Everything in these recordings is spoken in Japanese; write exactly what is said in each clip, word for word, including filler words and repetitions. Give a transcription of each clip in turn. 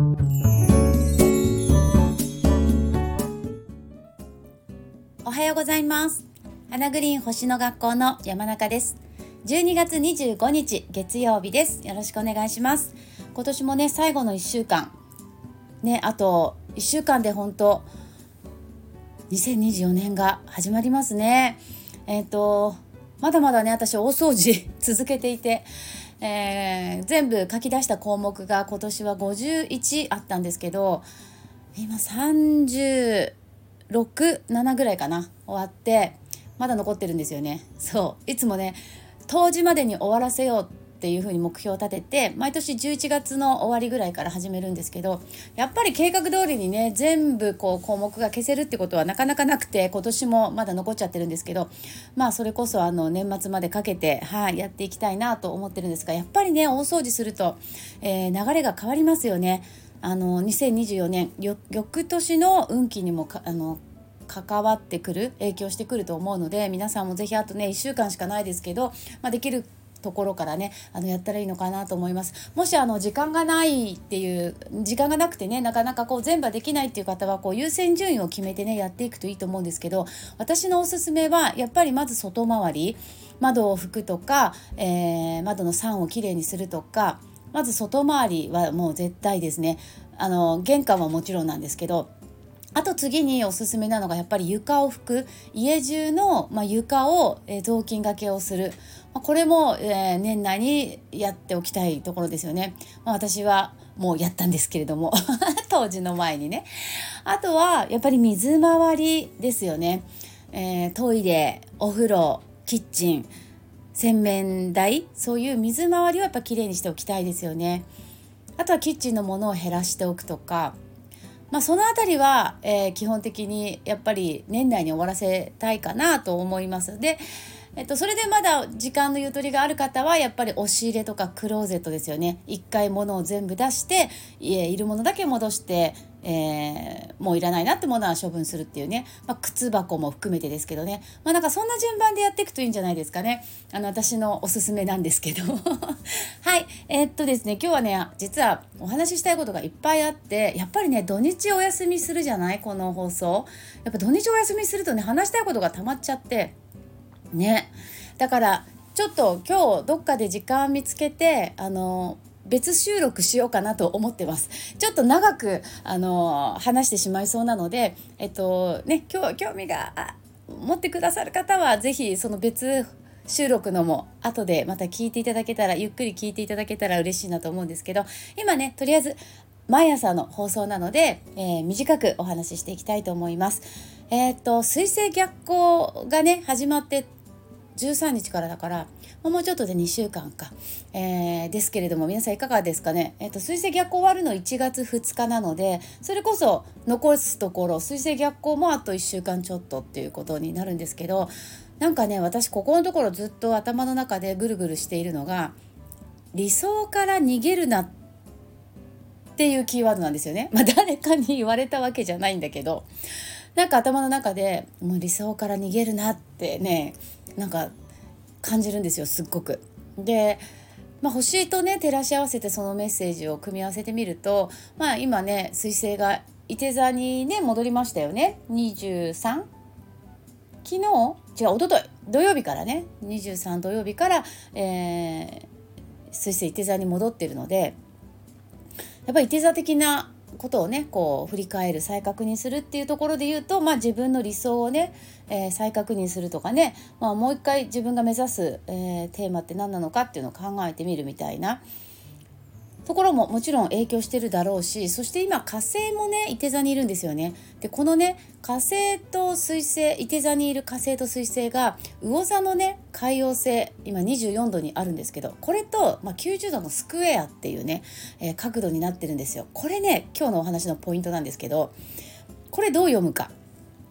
おはようございます。花グリーン星の学校の山中です。じゅうにがつにじゅうごにち月曜日です。よろしくお願いします。今年もね最後のいっしゅうかんね、あといっしゅうかんで本当にせんにじゅうよねんが始まりますね。えっとまだまだね私大掃除続けていて、えー、全部書き出した項目が今年はごじゅういちあったんですけど、今さんじゅうろく、ななぐらいかな終わってまだ残ってるんですよね。そういつもね冬至までに終わらせようっていう風に目標を立てて毎年じゅういちがつの終わりぐらいから始めるんですけど、やっぱり計画通りにね全部こう項目が消せるってことはなかなかなくて、今年もまだ残っちゃってるんですけど、まあそれこそあの年末までかけて、はい、やっていきたいなと思ってるんですが、やっぱりね大掃除すると、えー、流れが変わりますよね。あのにせんにじゅうよねんよ翌年の運気にもかあの関わってくる影響してくると思うので、皆さんもぜひあとねいっしゅうかんしかないですけど、まあ、できるところからねあのやったらいいのかなと思います。もしあの時間がないっていう時間がなくてねなかなかこう全部はできないっていう方はこう優先順位を決めてねやっていくといいと思うんですけど、私のおすすめはやっぱりまず外回り、窓を拭くとか、えー、窓の桟をきれいにするとか、まず外回りはもう絶対ですね。あの玄関はもちろんなんですけど、あと次におすすめなのがやっぱり床を拭く、家中の、まあ、床を、えー、雑巾がけをする、まあ、これも、えー、年内にやっておきたいところですよね。まあ、私はもうやったんですけれども当時の前にね。あとはやっぱり水回りですよね。えー、トイレ、お風呂、キッチン、洗面台、そういう水回りをやっぱきれいにしておきたいですよね。あとはキッチンのものを減らしておくとか、まあ、そのあたりは、えー、基本的にやっぱり年内に終わらせたいかなと思いますで、えっと、それでまだ時間のゆとりがある方はやっぱり押し入れとかクローゼットですよね。一回物を全部出しているものだけ戻して、えー、もういらないなってものは処分するっていうね、まあ、靴箱も含めてですけどね、まあ、なんかそんな順番でやっていくといいんじゃないですかね。あの私のおすすめなんですけどはいえー、っとですね今日はね実はお話ししたいことがいっぱいあって、やっぱりね土日お休みするじゃないこの放送。やっぱ土日お休みするとね話したいことが溜まっちゃってね、だからちょっと今日どっかで時間見つけてあの別収録しようかなと思ってます。ちょっと長くあの話してしまいそうなので、えっとね今日興味が持ってくださる方はぜひその別収録のも後でまた聞いていただけたら、ゆっくり聞いていただけたら嬉しいなと思うんですけど、今ねとりあえず毎朝の放送なので、えー、短くお話ししていきたいと思います。えー、っと水星逆行がね始まってじゅうさんにちからだからもうちょっとでにしゅうかんか、えー、ですけれども皆さんいかがですかね。えー、と水星逆行終わるのいちがつふつかなので、それこそ残すところ水星逆行もあといっしゅうかんちょっとっていうことになるんですけど、なんかね私ここのところずっと頭の中でぐるぐるしているのが理想から逃げるなっていうキーワードなんですよね。まあ誰かに言われたわけじゃないんだけど、なんか頭の中でもう理想から逃げるなってねなんか感じるんですよ、すっごく。で、まあ、星とね照らし合わせてそのメッセージを組み合わせてみると、まあ今ね水星がいて座にね戻りましたよね。にじゅうさん昨日違う一昨日土曜日からねにじゅうさん土曜日から、えー、水星いて座に戻ってるので、やっぱりいて座的なことをねこう振り返る、再確認するっていうところで言うと、まあ、自分の理想をね、えー、再確認するとかね、まあ、もう一回自分が目指す、えー、テーマって何なのかっていうのを考えてみるみたいなところももちろん影響してるだろうし、そして今火星もねいて座にいるんですよね。でこのね火星と水星、いて座にいる火星と水星が魚座のね海王星今にじゅうよんどにあるんですけど、これと、まあ、きゅうじゅうどのスクエアっていうね、えー、角度になってるんですよ。これね今日のお話のポイントなんですけど、これどう読むか、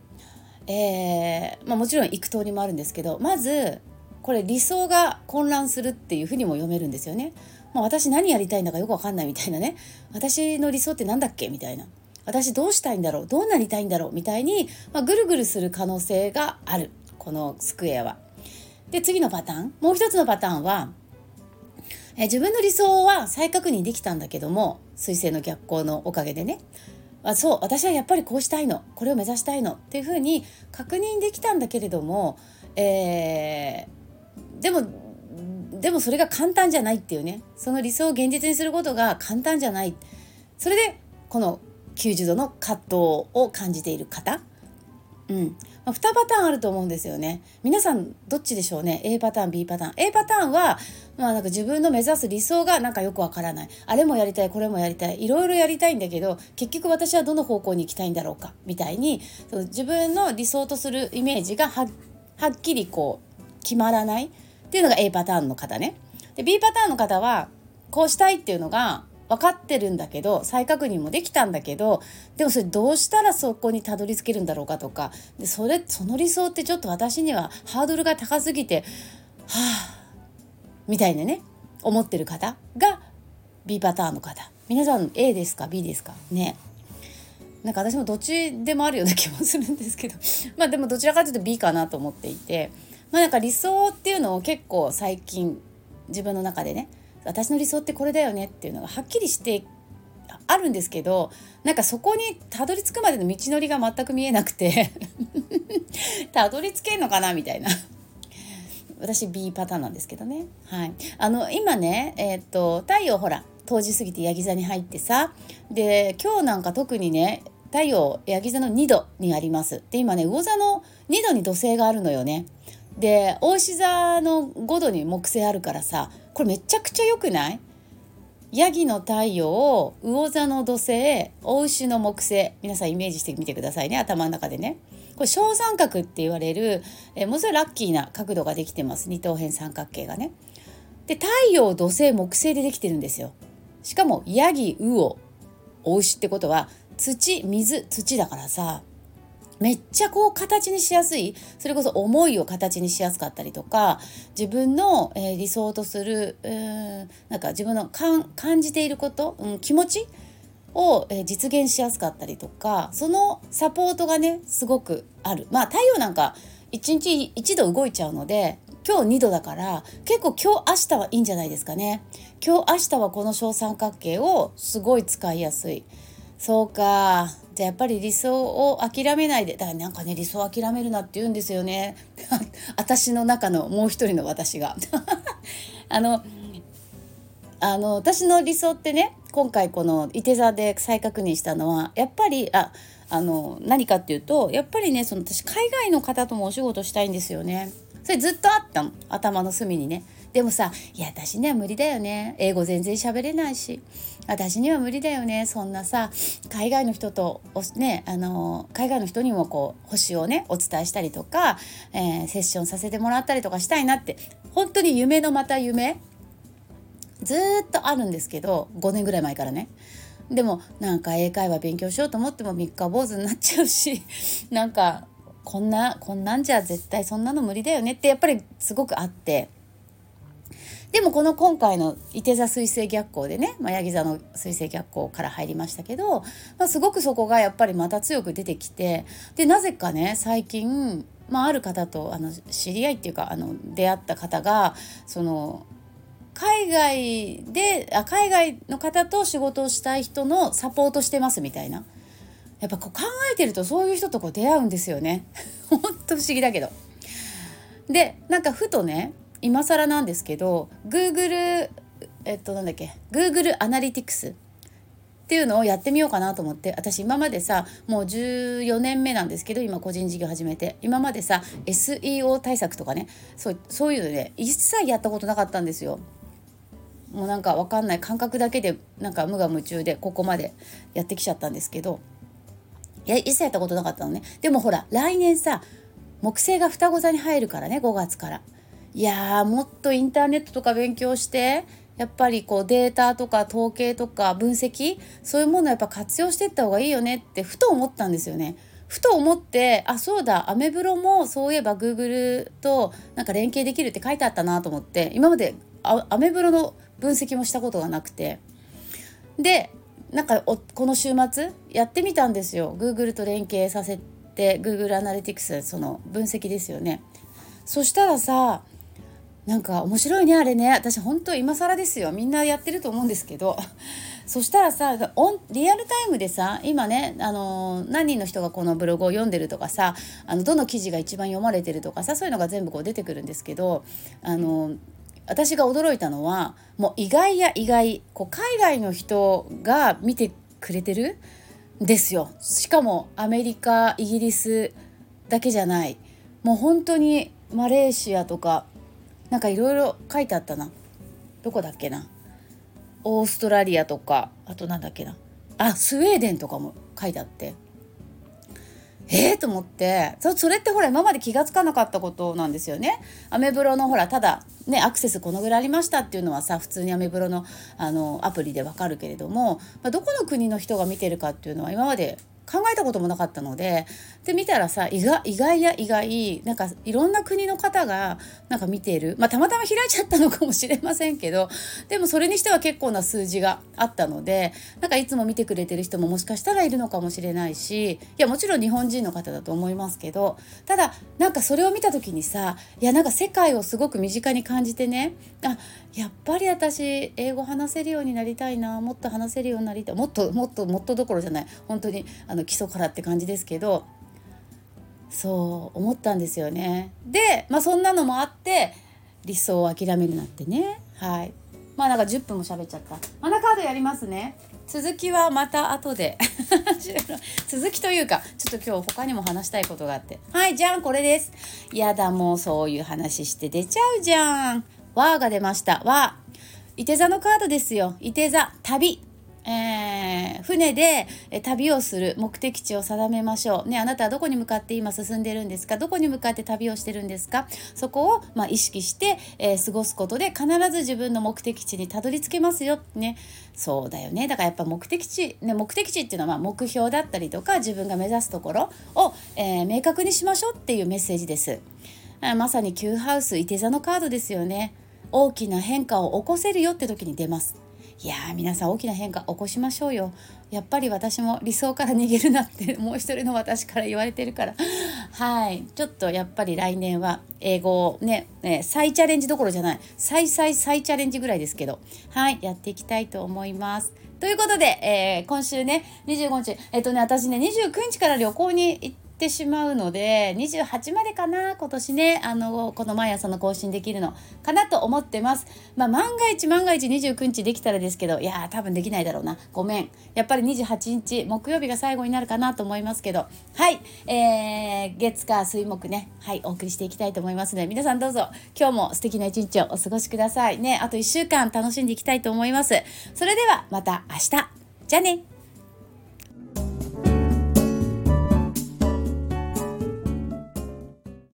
えーまあ、もちろん幾通りもあるんですけど、まずこれ理想が混乱するっていうふうにも読めるんですよね。まあ、私何やりたいんだかよくわかんないみたいなね、私の理想ってなんだっけみたいな、私どうしたいんだろう、どうなりたいんだろうみたいに、まあ、ぐるぐるする可能性があるこのスクエアは。で次のパターン、もう一つのパターンは、 え自分の理想は再確認できたんだけども、水星の逆行のおかげでね、あそう私はやっぱりこうしたいの、これを目指したいのっていうふうに確認できたんだけれども、えー、でもでもそれが簡単じゃないっていうね、その理想を現実にすることが簡単じゃない。それでこのきゅうじゅうどの葛藤を感じている方、うんまあ、にパターンあると思うんですよね。皆さんどっちでしょうね。 A パターン B パターン。 A パターンは、まあ、なんか自分の目指す理想がなんかよくわからない、あれもやりたいこれもやりたい、いろいろやりたいんだけど結局私はどの方向に行きたいんだろうかみたいに、その自分の理想とするイメージが は, はっきりこう決まらないっていうのが A パターンの方ね。で B パターンの方はこうしたいっていうのが分かってるんだけど、再確認もできたんだけど、でもそれどうしたらそこにたどり着けるんだろうかとか、でそれその理想ってちょっと私にはハードルが高すぎてはあみたいなね思ってる方が B パターンの方。皆さん A ですか B ですかね。なんか私もどっちでもあるような気もするんですけどまあでもどちらかというと B かなと思っていて、まあなんか理想っていうのを結構最近自分の中でね、私の理想ってこれだよねっていうのがはっきりしてあるんですけど、なんかそこにたどり着くまでの道のりが全く見えなくてたどり着けんのかなみたいな私 B パターンなんですけどね。はい、あの今ね、えー、っと太陽ほら冬至過ぎてヤギ座に入ってさ、で今日なんか特にね太陽ヤギ座のにどにあります。で今ね魚座のにどに土星があるのよね。で牡牛座のごどに木星あるからさ、これめちゃくちゃ良くない？ヤギの太陽、魚座の土星、牡牛の木星、皆さんイメージしてみてくださいね、頭の中でね。これ小三角って言われる、えものすごいラッキーな角度ができてます。二等辺三角形がね。で太陽土星木星でできてるんですよ。しかもヤギ魚牡牛ってことは土水土だからさ、めっちゃこう形にしやすい、それこそ思いを形にしやすかったりとか、自分の、えー、理想とするうーんなんか自分のかん感じていること、うん、気持ちを、えー、実現しやすかったりとか、そのサポートがねすごくある。まあ太陽なんかいちにちいちど動いちゃうので、今日にどだから結構今日明日はいいんじゃないですかね。今日明日はこの小三角形をすごい使いやすい。そうか、じゃあやっぱり理想を諦めないで、だからなんかね理想を諦めるなって言うんですよね私の中のもう一人の私があのあの私の理想ってね、今回このいて座で再確認したのはやっぱりああの何かっていうと、やっぱりねその私海外の方ともお仕事したいんですよね。それずっとあったの、頭の隅にね。でもさ、いや私には無理だよね、英語全然喋れないし、私には無理だよね、そんなさ海外の人とね、あの海外の人にもこう星をねお伝えしたりとか、えー、セッションさせてもらったりとかしたいなって、本当に夢のまた夢ずっとあるんですけど、ごねんぐらい前からね。でもなんか英会話勉強しようと思っても三日坊主になっちゃうしなんかこんなこんなんじゃ絶対そんなの無理だよねってやっぱりすごくあって、でもこの今回のいて座水星逆行でね、まあ、ヤギ座の水星逆行から入りましたけど、まあ、すごくそこがやっぱりまた強く出てきて、でなぜかね最近、まあ、ある方とあの知り合いっていうかあの出会った方が、その海外であ海外の方と仕事をしたい人のサポートしてますみたいな、やっぱこう考えてるとそういう人とこう出会うんですよねほんと不思議だけど。でなんかふとね今更なんですけど Google えっとなんだっけ Google アナリティクスっていうのをやってみようかなと思って、私今までさもうじゅうよねんめなんですけど、今個人事業始めて、今までさ エスイーオー 対策とかね、そうそういうのね一切やったことなかったんですよ。もうなんか分かんない感覚だけでなんか無我夢中でここまでやってきちゃったんですけど、いや一切やったことなかったのね。でもほら来年さ木星が双子座に入るからね、ごがつから。いやーもっとインターネットとか勉強して、やっぱりこうデータとか統計とか分析、そういうものをやっぱ活用していった方がいいよねってふと思ったんですよね。ふと思って、あそうだアメブロもそういえば Google となんか連携できるって書いてあったなと思って、今までアメブロの分析もしたことがなくて、でなんかおこの週末やってみたんですよ。 Google と連携させて Google アナリティクス、その分析ですよね。そしたらさなんか面白いねあれね。私本当今更ですよ、みんなやってると思うんですけどそしたらさ、オンリアルタイムでさ、今ね、あのー何人の人がこのブログを読んでるとかさ、あのどの記事が一番読まれてるとかさ、そういうのが全部こう出てくるんですけど、あのー私が驚いたのは、もう意外や意外、こう海外の人が見てくれてるんですよ。しかもアメリカ、イギリスだけじゃない、もう本当にマレーシアとか、なんかいろいろ書いてあったな。どこだっけな、オーストラリアとか、あとなんだっけな、あ、スウェーデンとかも書いてあって、えーと思って、そそれってほら今まで気がつかなかったことなんですよね。アメブロのほら、ただねアクセスこのぐらいありましたっていうのはさ、普通にアメブロのあのアプリでわかるけれども、まあ、どこの国の人が見てるかっていうのは今まで考えたこともなかったので、で見たらさ、意外、意外や意外、なんかいろんな国の方がなんか見ている、まあたまたま開いちゃったのかもしれませんけど、でもそれにしては結構な数字があったので、なんかいつも見てくれてる人ももしかしたらいるのかもしれないし、いやもちろん日本人の方だと思いますけど、ただなんかそれを見た時にさ、いやなんか世界をすごく身近に感じてね、あ、やっぱり私英語話せるようになりたいな、もっと話せるようになりたい、もっともっともっとどころじゃない、本当にあの基礎からって感じですけど、そう思ったんですよね。で、まあそんなのもあって理想を諦めるなってね。はい。まあなんかじゅっぷんも喋っちゃった。マナカードやりますね。続きはまた後で続きというか、ちょっと今日他にも話したいことがあって、はい、じゃんこれです。やだ、もうそういう話して出ちゃうじゃん。わーが出ました。わー、いて座のカードですよ。いて座、旅、えー、船で旅をする目的地を定めましょうね。あなたはどこに向かって今進んでるんですか？どこに向かって旅をしてるんですか？そこを、まあ、意識して、えー、過ごすことで必ず自分の目的地にたどり着けますよね。そうだよね。だからやっぱ目的地、ね、目的地っていうのはまあ目標だったりとか、自分が目指すところを、えー、明確にしましょうっていうメッセージです。まさにQハウス、いて座のカードですよね。大きな変化を起こせるよって時に出ます。いやー、皆さん大きな変化起こしましょうよ。やっぱり私も理想から逃げるなってもう一人の私から言われてるからはい、ちょっとやっぱり来年は英語をね、ね、再チャレンジどころじゃない、再再再チャレンジぐらいですけど、はいやっていきたいと思います。ということで、えー、今週ねにじゅうごにち、えっとね私ねにじゅうくにちから旅行に行ってってしまうので、にじゅうはちまでかな、今年ね、あのこの毎朝の更新できるのかなと思ってます。まあ万が一万が一にじゅうくにちできたらですけど、いやー多分できないだろうな、ごめん。やっぱりにじゅうはちにち木曜日が最後になるかなと思いますけど、はい、えー、月火水木ね、はいお送りしていきたいと思いますので、皆さんどうぞ今日も素敵な一日をお過ごしくださいね。あといっしゅうかん楽しんでいきたいと思います。それではまた明日、じゃあね。